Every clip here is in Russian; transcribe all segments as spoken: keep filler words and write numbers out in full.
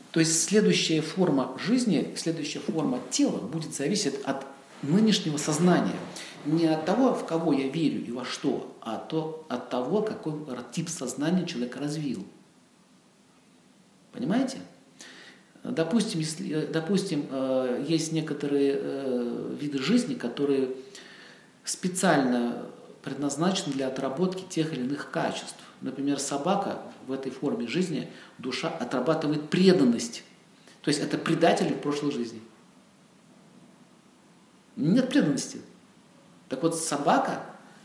То есть следующая форма жизни, следующая форма тела будет зависеть от нынешнего сознания. Не от того, в кого я верю и во что, а то, от того, какой тип сознания человек развил. Понимаете? Допустим, если, допустим, есть некоторые виды жизни, которые специально предназначены для отработки тех или иных качеств. Например, собака в этой форме жизни, душа отрабатывает преданность. То есть это предатели в прошлой жизни. Нет преданности. Так вот, собака,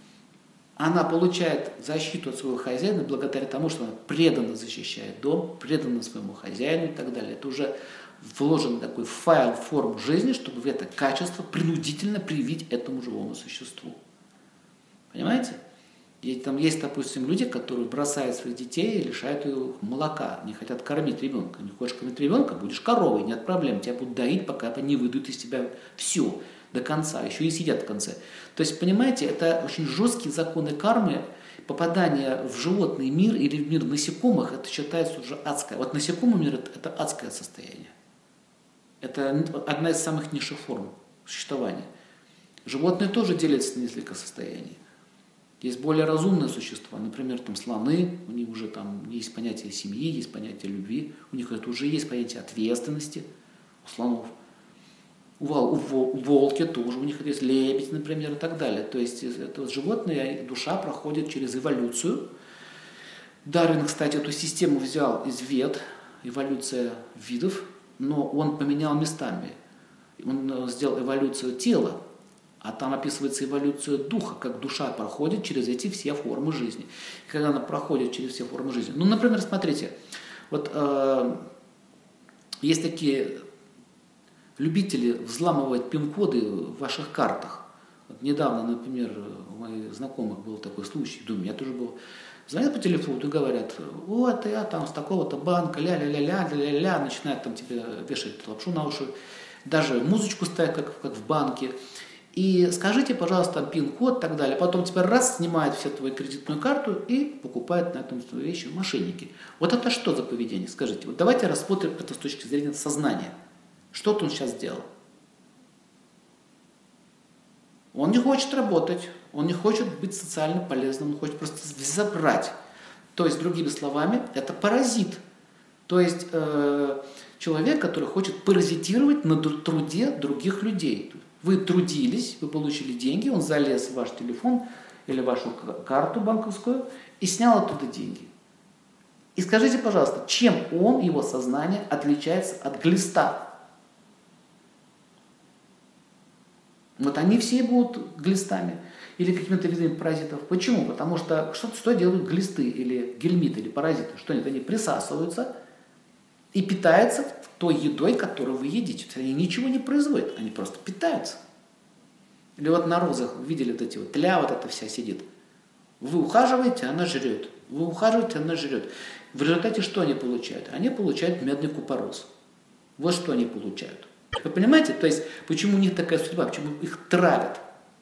она получает защиту от своего хозяина благодаря тому, что она преданно защищает дом, преданно своему хозяину и так далее. Это уже вложен такой файл форм жизни, чтобы в это качество принудительно привить этому живому существу. Понимаете? И там есть, допустим, люди, которые бросают своих детей и лишают их молока, не хотят кормить ребенка. Не хочешь кормить ребенка, будешь коровой, нет проблем. Тебя будут доить, пока не выдают из тебя все до конца, еще и сидят в конце. То есть, понимаете, это очень жесткие законы кармы. Попадание в животный мир или в мир насекомых, это считается уже адское. Вот насекомый мир – это адское состояние. Это одна из самых низших форм существования. Животные тоже делятся на несколько состояний. Есть более разумные существа, например, там слоны, у них уже там есть понятие семьи, есть понятие любви, у них это уже есть понятие ответственности у слонов. У, вол, у волки тоже, у них есть лебедь, например, и так далее. То есть это вот животное, душа проходит через эволюцию. Дарвин, кстати, эту систему взял из вед, эволюция видов, но он поменял местами. Он сделал эволюцию тела, а там описывается эволюция духа, как душа проходит через эти все формы жизни. Когда она проходит через все формы жизни. Ну, например, смотрите, вот э, есть такие любители взламывать пин-коды в ваших картах. Вот недавно, например, у моих знакомых был такой случай, да, у меня тоже был. Звонят по телефону и говорят: вот я там с такого-то банка, ля-ля-ля-ля, ля-ля-ля, начинают там тебе вешать лапшу на уши, даже музычку ставят, как, как в банке. И скажите, пожалуйста, пин-код и так далее. Потом теперь раз снимает все твою кредитную карту и покупает на этом твои вещи мошенники. Вот это что за поведение? Скажите. Вот давайте рассмотрим это с точки зрения сознания. Что-то он сейчас сделал. Он не хочет работать, он не хочет быть социально полезным, он хочет просто забрать. То есть, другими словами, это паразит. То есть э, человек, который хочет паразитировать на труде других людей. Вы трудились, вы получили деньги, он залез в ваш телефон или вашу карту банковскую и снял оттуда деньги. И скажите, пожалуйста, чем он, его сознание, отличается от глиста? Вот они все будут глистами или какими-то видами паразитов. Почему? Потому что что, что делают глисты или гельмиты или паразиты? Что они? Они присасываются и питаются той едой, которую вы едите. Они ничего не производят, они просто питаются. Или вот на розах видели вот эти вот, тля вот эта вся сидит. Вы ухаживаете, она жрет. Вы ухаживаете, она жрет. В результате что они получают? Они получают медный купорос. Вот что они получают. Вы понимаете? То есть, почему у них такая судьба, почему их травят?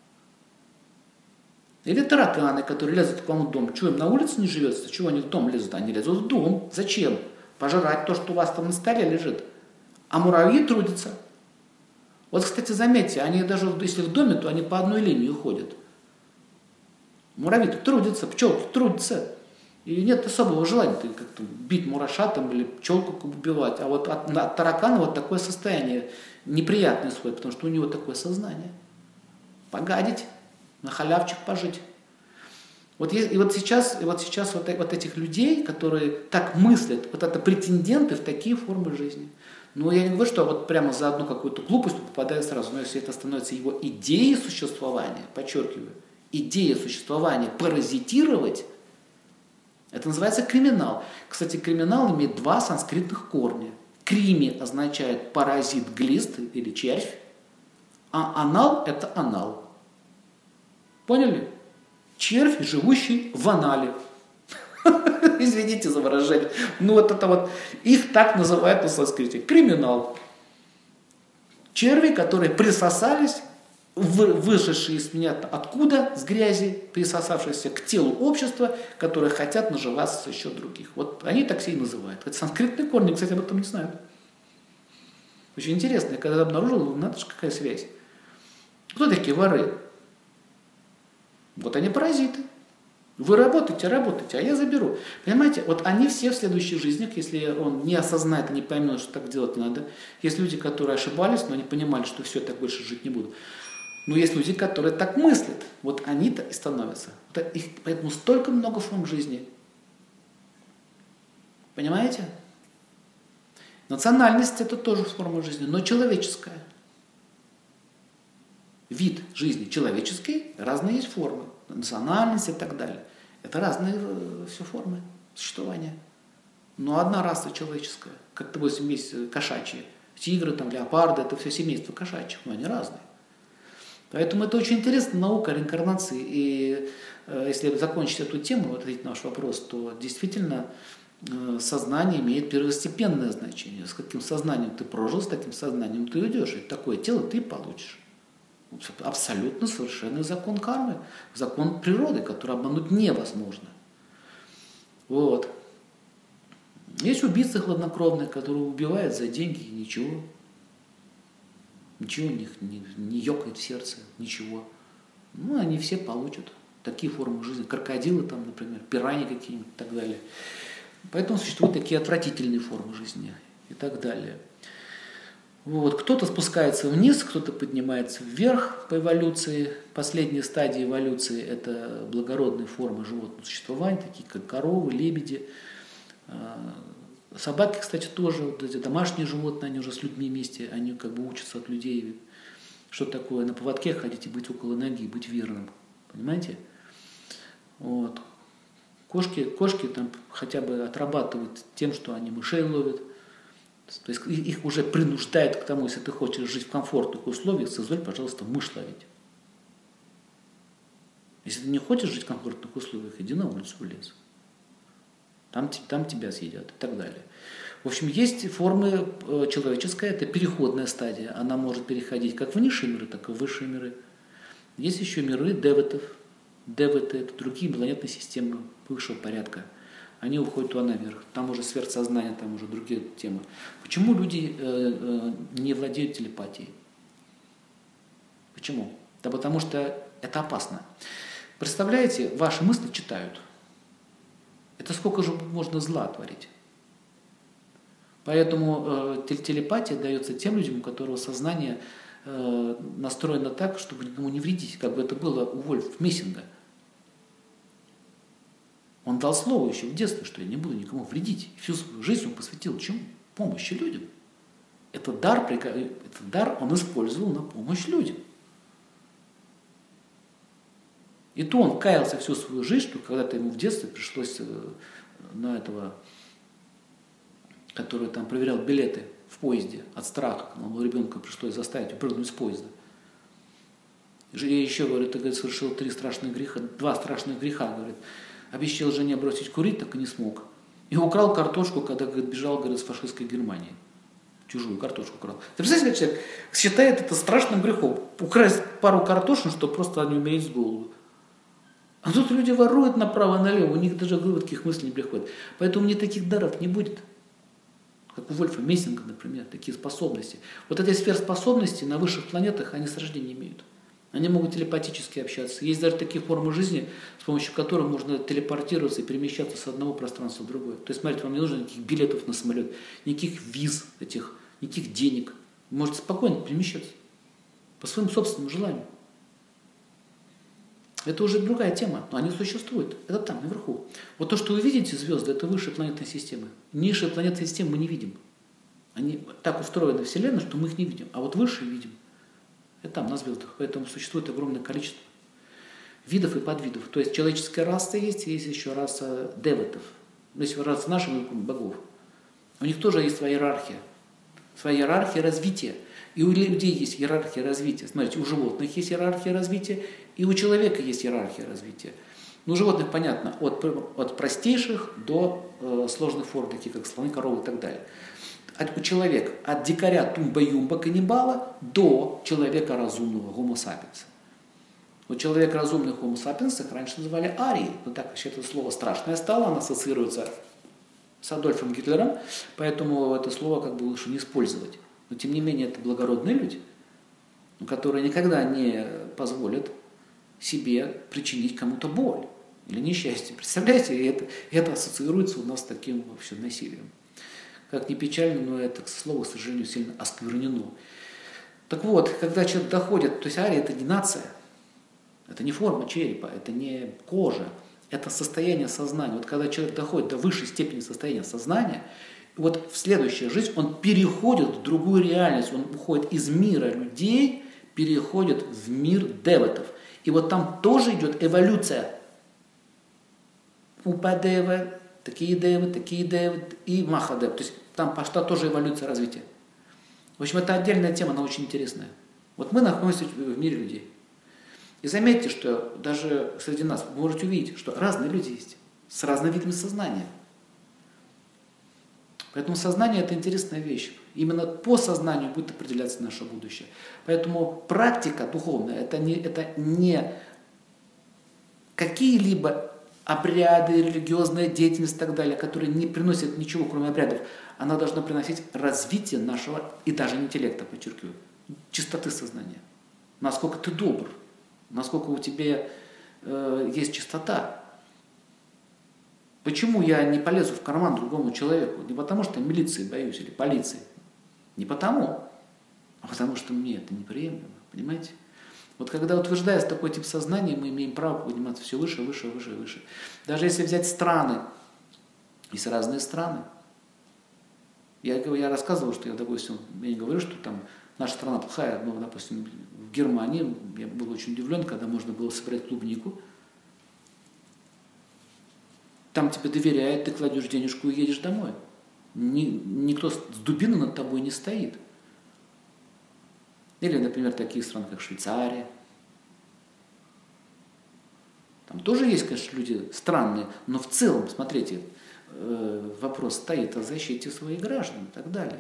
Или тараканы, которые лезут к вам в дом. Чего им на улице не живется? Чего они в дом лезут? Они лезут в дом. Зачем? Пожрать то, что у вас там на столе лежит. А муравьи трудятся. Вот, кстати, заметьте, они даже если в доме, то они по одной линии уходят. Муравьи-то трудятся, пчелки трудятся. И нет особого желания как-то бить мураша там, или пчелку убивать. А вот от, от таракана вот такое состояние неприятное исходит, потому что у него такое сознание. Погадить, на халявчик пожить. Вот, и вот сейчас, и вот, сейчас вот, вот этих людей, которые так мыслят, вот это претенденты в такие формы жизни. Но я не говорю, что вот прямо за одну какую-то глупость попадает сразу, но если это становится его идеей существования, подчеркиваю, идея существования паразитировать, это называется криминал. Кстати, криминал имеет два санскритных корня. Крими означает паразит, глист или червь, а анал – это анал. Поняли? Червь, живущий в анале. Извините за выражение. Ну вот это вот, их так называют на санскрите. Криминал. Черви, которые присосались, вышедшие из меня откуда, с грязи, присосавшиеся к телу общества, которые хотят наживаться за счет других. Вот они так все и называют. Это санскритные корни, кстати, об этом не знают. Очень интересно, я когда обнаружил, надо же какая связь. Кто такие воры? Вот они паразиты. Вы работаете, работаете, а я заберу. Понимаете, вот они все в следующих жизнях, если он не осознает и не поймет, что так делать надо. Есть люди, которые ошибались, но они понимали, что все, так больше жить не буду. Но есть люди, которые так мыслят. Вот они-то и становятся. Вот их, поэтому столько много форм жизни. Понимаете? Национальность – это тоже форма жизни, но человеческая. Вид жизни человеческий, разные есть формы. Национальность и так далее. Это разные все формы существования. Но одна раса человеческая. Как, допустим, есть кошачьи. Тигры, там, леопарды – это все семейство кошачьих, но они разные. Поэтому это очень интересная наука реинкарнации. И э, если закончить эту тему, ответить на ваш вопрос, то действительно э, сознание имеет первостепенное значение. С каким сознанием ты прожил, с таким сознанием ты уйдешь. И такое тело ты получишь. Абсолютно совершенный закон кармы, закон природы, который обмануть невозможно. Вот. Есть убийцы хладнокровные, которые убивают за деньги и ничего. Ничего у них не, не ёкает в сердце, ничего. Ну, они все получат такие формы жизни. Крокодилы там, например, пираньи какие-нибудь и так далее. Поэтому существуют такие отвратительные формы жизни и так далее. Вот. Кто-то спускается вниз, кто-то поднимается вверх по эволюции. Последние стадии эволюции – это благородные формы животного существования, такие как коровы, лебеди. Собаки, кстати, тоже, вот эти домашние животные, они уже с людьми вместе, они как бы учатся от людей. Что такое на поводке ходить и быть около ноги, быть верным. Понимаете? Вот. Кошки, кошки там хотя бы отрабатывают тем, что они мышей ловят. То есть их уже принуждают к тому, если ты хочешь жить в комфортных условиях, соизволь, пожалуйста, мышь ловить. Если ты не хочешь жить в комфортных условиях, иди на улицу в лес. Там, там тебя съедят и так далее. В общем, есть формы человеческая, это переходная стадия. Она может переходить как в низшие миры, так и в высшие миры. Есть еще миры деватов. Деваты – это другие планетные системы высшего порядка. Они уходят туда наверх. Там уже сверхсознание, там уже другие темы. Почему люди э, э, не владеют телепатией? Почему? Да потому что это опасно. Представляете, ваши мысли читают. Это сколько же можно зла творить? Поэтому э, телепатия дается тем людям, у которого сознание э, настроено так, чтобы никому не вредить, как бы это было у Вольфа Мессинга. Он дал слово еще в детстве, что я не буду никому вредить. Всю свою жизнь он посвятил чему? Помощи людям. Этот дар, этот дар он использовал на помощь людям. И то он каялся всю свою жизнь, что когда-то ему в детстве пришлось на этого, который там проверял билеты в поезде от страха, когда он был ребенком, пришлось заставить упрыгнуть с поезда. И еще, говорит, ты, говорит, совершил три страшных греха, два страшных греха, говорит. Обещал жене бросить курить, так и не смог. И украл картошку, когда, говорит, бежал, говорит, с фашистской Германии. Чужую картошку украл. Ты представляешь, человек считает это страшным грехом. Украсть пару картошин, чтобы просто не умереть с голоду. А тут люди воруют направо и налево, у них даже в таких мыслей не приходит. Поэтому мне таких даров не будет. Как у Вольфа Мессинга, например, такие способности. Вот эти сверхспособности на высших планетах, они с рождения имеют. Они могут телепатически общаться. Есть даже такие формы жизни, с помощью которых можно телепортироваться и перемещаться с одного пространства в другое. То есть, смотрите, вам не нужно никаких билетов на самолет, никаких виз, этих, никаких денег. Вы можете спокойно перемещаться по своему собственному желанию. Это уже другая тема, но они существуют. Это там, наверху. Вот то, что вы видите, звезды, это высшие планетные системы. Низшие планетные системы мы не видим. Они так устроены в Вселенной, что мы их не видим. А вот высшие видим. Это там, на звездах. Поэтому существует огромное количество видов и подвидов. То есть человеческая раса есть, есть еще раса деватов. Если раса наших богов. У них тоже есть своя иерархия. Своя иерархия развития. И у людей есть иерархия развития. Смотрите, у животных есть иерархия развития, и у человека есть иерархия развития. Ну, у животных, понятно, от, от простейших до э, сложных форм, таких как слоны, коровы и так далее. От, у человека от дикаря тумба-юмба каннибала до человека разумного homo sapiens. Вот человек разумный homo sapiens их раньше называли арии. Но так вообще это слово страшное стало, оно ассоциируется с Адольфом Гитлером, поэтому это слово как бы лучше не использовать. Но тем не менее это благородные люди, которые никогда не позволят себе причинить кому-то боль или несчастье. Представляете, и это, это ассоциируется у нас с таким вообще насилием. Как ни печально, но это слово, к сожалению, сильно осквернено. Так вот, когда человек доходит, то есть ария – это не нация, это не форма черепа, это не кожа, это состояние сознания. Вот когда человек доходит до высшей степени состояния сознания, вот в следующую жизнь он переходит в другую реальность, он уходит из мира людей, переходит в мир деватов. И вот там тоже идет эволюция. Упадева, такие девы, такие девы и махадев. То есть там пошла тоже эволюция развития. В общем, это отдельная тема, она очень интересная. Вот мы находимся в мире людей. И заметьте, что даже среди нас вы можете увидеть, что разные люди есть, с разными видами сознания. Поэтому сознание – это интересная вещь. Именно по сознанию будет определяться наше будущее. Поэтому практика духовная – это не, это не какие-либо обряды, религиозная деятельность и так далее, которые не приносят ничего, кроме обрядов. Она должна приносить развитие нашего, и даже интеллекта, подчеркиваю, чистоты сознания. Насколько ты добр, насколько у тебя э, есть чистота. Почему я не полезу в карман другому человеку? Не потому, что милиции боюсь или полиции. Не потому, а потому что мне это неприемлемо. Понимаете? Вот когда утверждается такой тип сознания, мы имеем право подниматься все выше, выше, выше, выше. Даже если взять страны, есть разные страны. Я, я рассказывал, что я, допустим, я не говорю, что там наша страна плохая, но, допустим, в Германии я был очень удивлен, когда можно было собрать клубнику. Там тебе доверяют, ты кладешь денежку и едешь домой. Ни, никто с дубиной над тобой не стоит. Или, например, такие страны, как Швейцария. Там тоже есть, конечно, люди странные, но в целом, смотрите, э, вопрос стоит о защите своих граждан и так далее.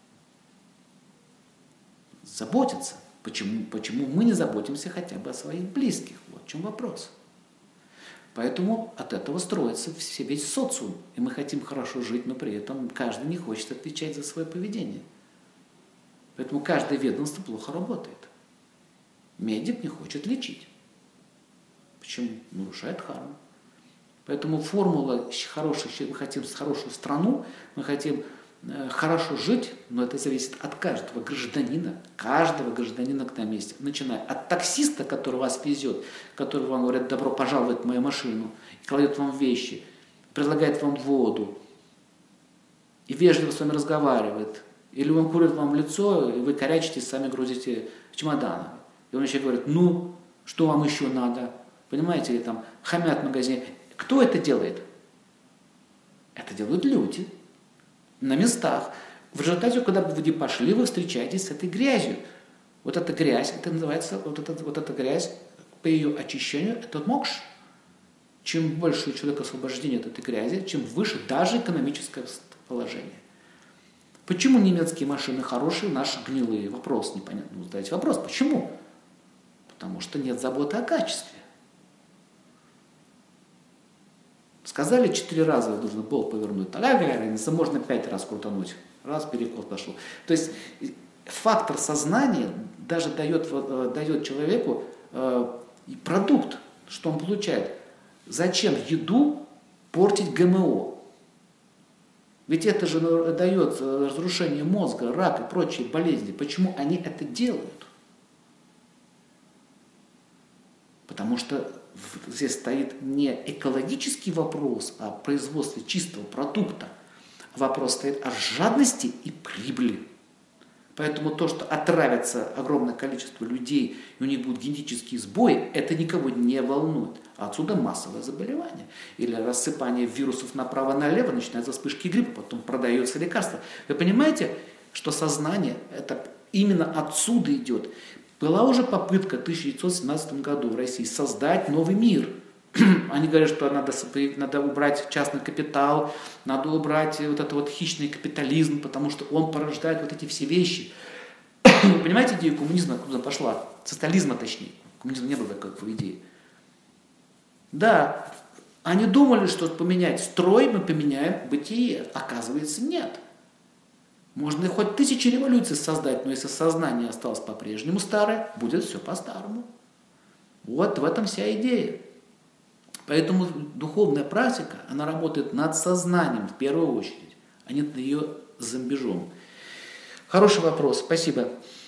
Заботиться. Почему, почему мы не заботимся хотя бы о своих близких? Вот в чем вопрос. Поэтому от этого строится все, весь социум. И мы хотим хорошо жить, но при этом каждый не хочет отвечать за свое поведение. Поэтому каждое ведомство плохо работает. Медик не хочет лечить. Почему? Нарушает харму. Поэтому формула хорошая, мы хотим хорошую страну, мы хотим э, хорошо жить, но это зависит от каждого гражданина, каждого гражданина на месте. Начиная от таксиста, который вас везет, который вам говорит: добро пожаловать в мою машину, и кладет вам вещи, предлагает вам воду, и вежливо с вами разговаривает. Или он курит вам в лицо, и вы корячитесь, сами грузите чемоданы. И он еще говорит: ну, что вам еще надо? Понимаете, или там хамят в магазине. Кто это делает? Это делают люди на местах. В результате, когда вы не пошли, вы встречаетесь с этой грязью. Вот эта грязь, это называется, вот эта, вот эта грязь, по ее очищению, это мокш. Чем больше у человека освобождение от этой грязи, чем выше даже экономическое положение. Почему немецкие машины хорошие, наши гнилые? Вопрос непонятно. Задайте вопрос, почему? Потому что нет заботы о качестве. Сказали четыре раза, нужно болт повернуть. Тогда разница, можно пять раз крутануть. Раз, переход пошел. То есть фактор сознания даже дает, дает человеку продукт, что он получает. Зачем еду портить ГМО? Ведь это же дает разрушение мозга, рак и прочие болезни. Почему они это делают? Потому что здесь стоит не экологический вопрос о производстве чистого продукта. Вопрос стоит о жадности и прибыли. Поэтому то, что отравится огромное количество людей, и у них будут генетические сбои, это никого не волнует. А отсюда массовое заболевание. Или рассыпание вирусов направо-налево, начинаются вспышки гриппа, потом продается лекарство. Вы понимаете, что сознание, это именно отсюда идет. Была уже попытка в тысяча девятьсот семнадцатом году в России создать новый мир. Они говорят, что надо, надо убрать частный капитал, надо убрать вот этот вот хищный капитализм, потому что он порождает вот эти все вещи. Вы понимаете идею коммунизма, откуда пошла? Социализма точнее. Коммунизма не было такой идеи. Да, они думали, что поменять строй мы поменяем бытие. Оказывается, нет. Можно и хоть тысячи революций создать, но если сознание осталось по-прежнему старое, будет все по-старому. Вот в этом вся идея. Поэтому духовная практика, она работает над сознанием в первую очередь, а не над ее зомбижом. Хороший вопрос, спасибо.